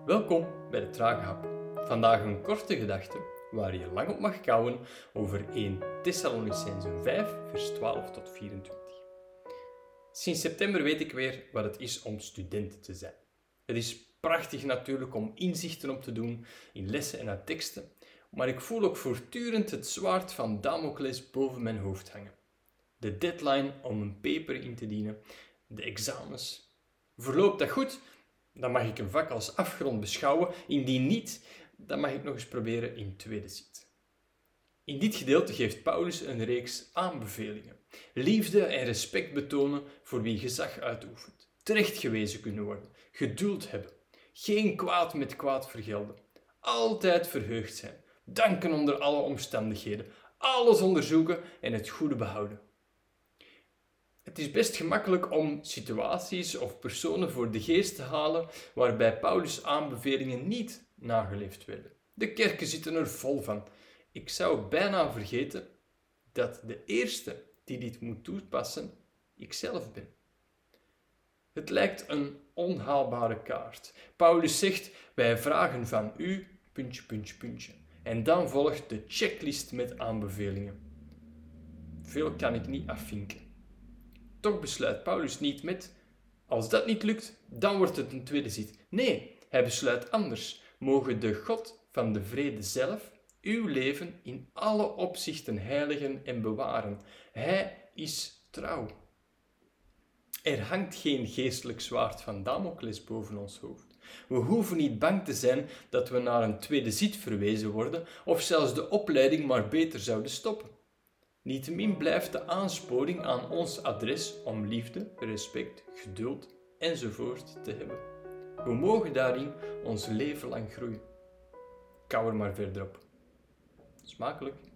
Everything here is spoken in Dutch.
Welkom bij de Trage Hap. Vandaag een korte gedachte waar je lang op mag kouwen over 1 Thessalonicenzen 5 vers 12 tot 24. Sinds september weet ik weer wat het is om student te zijn. Het is prachtig natuurlijk om inzichten op te doen in lessen en uit teksten, maar ik voel ook voortdurend het zwaard van Damocles boven mijn hoofd hangen. De deadline om een paper in te dienen, de examens. Verloopt dat goed? Dan mag ik een vak als afgerond beschouwen. Indien niet, dan mag ik nog eens proberen in tweede zit. In dit gedeelte geeft Paulus een reeks aanbevelingen. Liefde en respect betonen voor wie gezag uitoefent. Terechtgewezen kunnen worden. Geduld hebben. Geen kwaad met kwaad vergelden. Altijd verheugd zijn. Danken onder alle omstandigheden. Alles onderzoeken en het goede behouden. Het is best gemakkelijk om situaties of personen voor de geest te halen waarbij Paulus' aanbevelingen niet nageleefd werden. De kerken zitten er vol van. Ik zou bijna vergeten dat de eerste die dit moet toepassen, ikzelf ben. Het lijkt een onhaalbare kaart. Paulus zegt, wij vragen van u, ... En dan volgt de checklist met aanbevelingen. Veel kan ik niet afvinken. Toch besluit Paulus niet met, als dat niet lukt, dan wordt het een tweede zit. Nee, hij besluit anders. Mogen de God van de vrede zelf uw leven in alle opzichten heiligen en bewaren. Hij is trouw. Er hangt geen geestelijk zwaard van Damocles boven ons hoofd. We hoeven niet bang te zijn dat we naar een tweede zit verwezen worden of zelfs de opleiding maar beter zouden stoppen. Niettemin blijft de aansporing aan ons adres om liefde, respect, geduld enzovoort te hebben. We mogen daarin ons leven lang groeien. Kou er maar verder op. Smakelijk!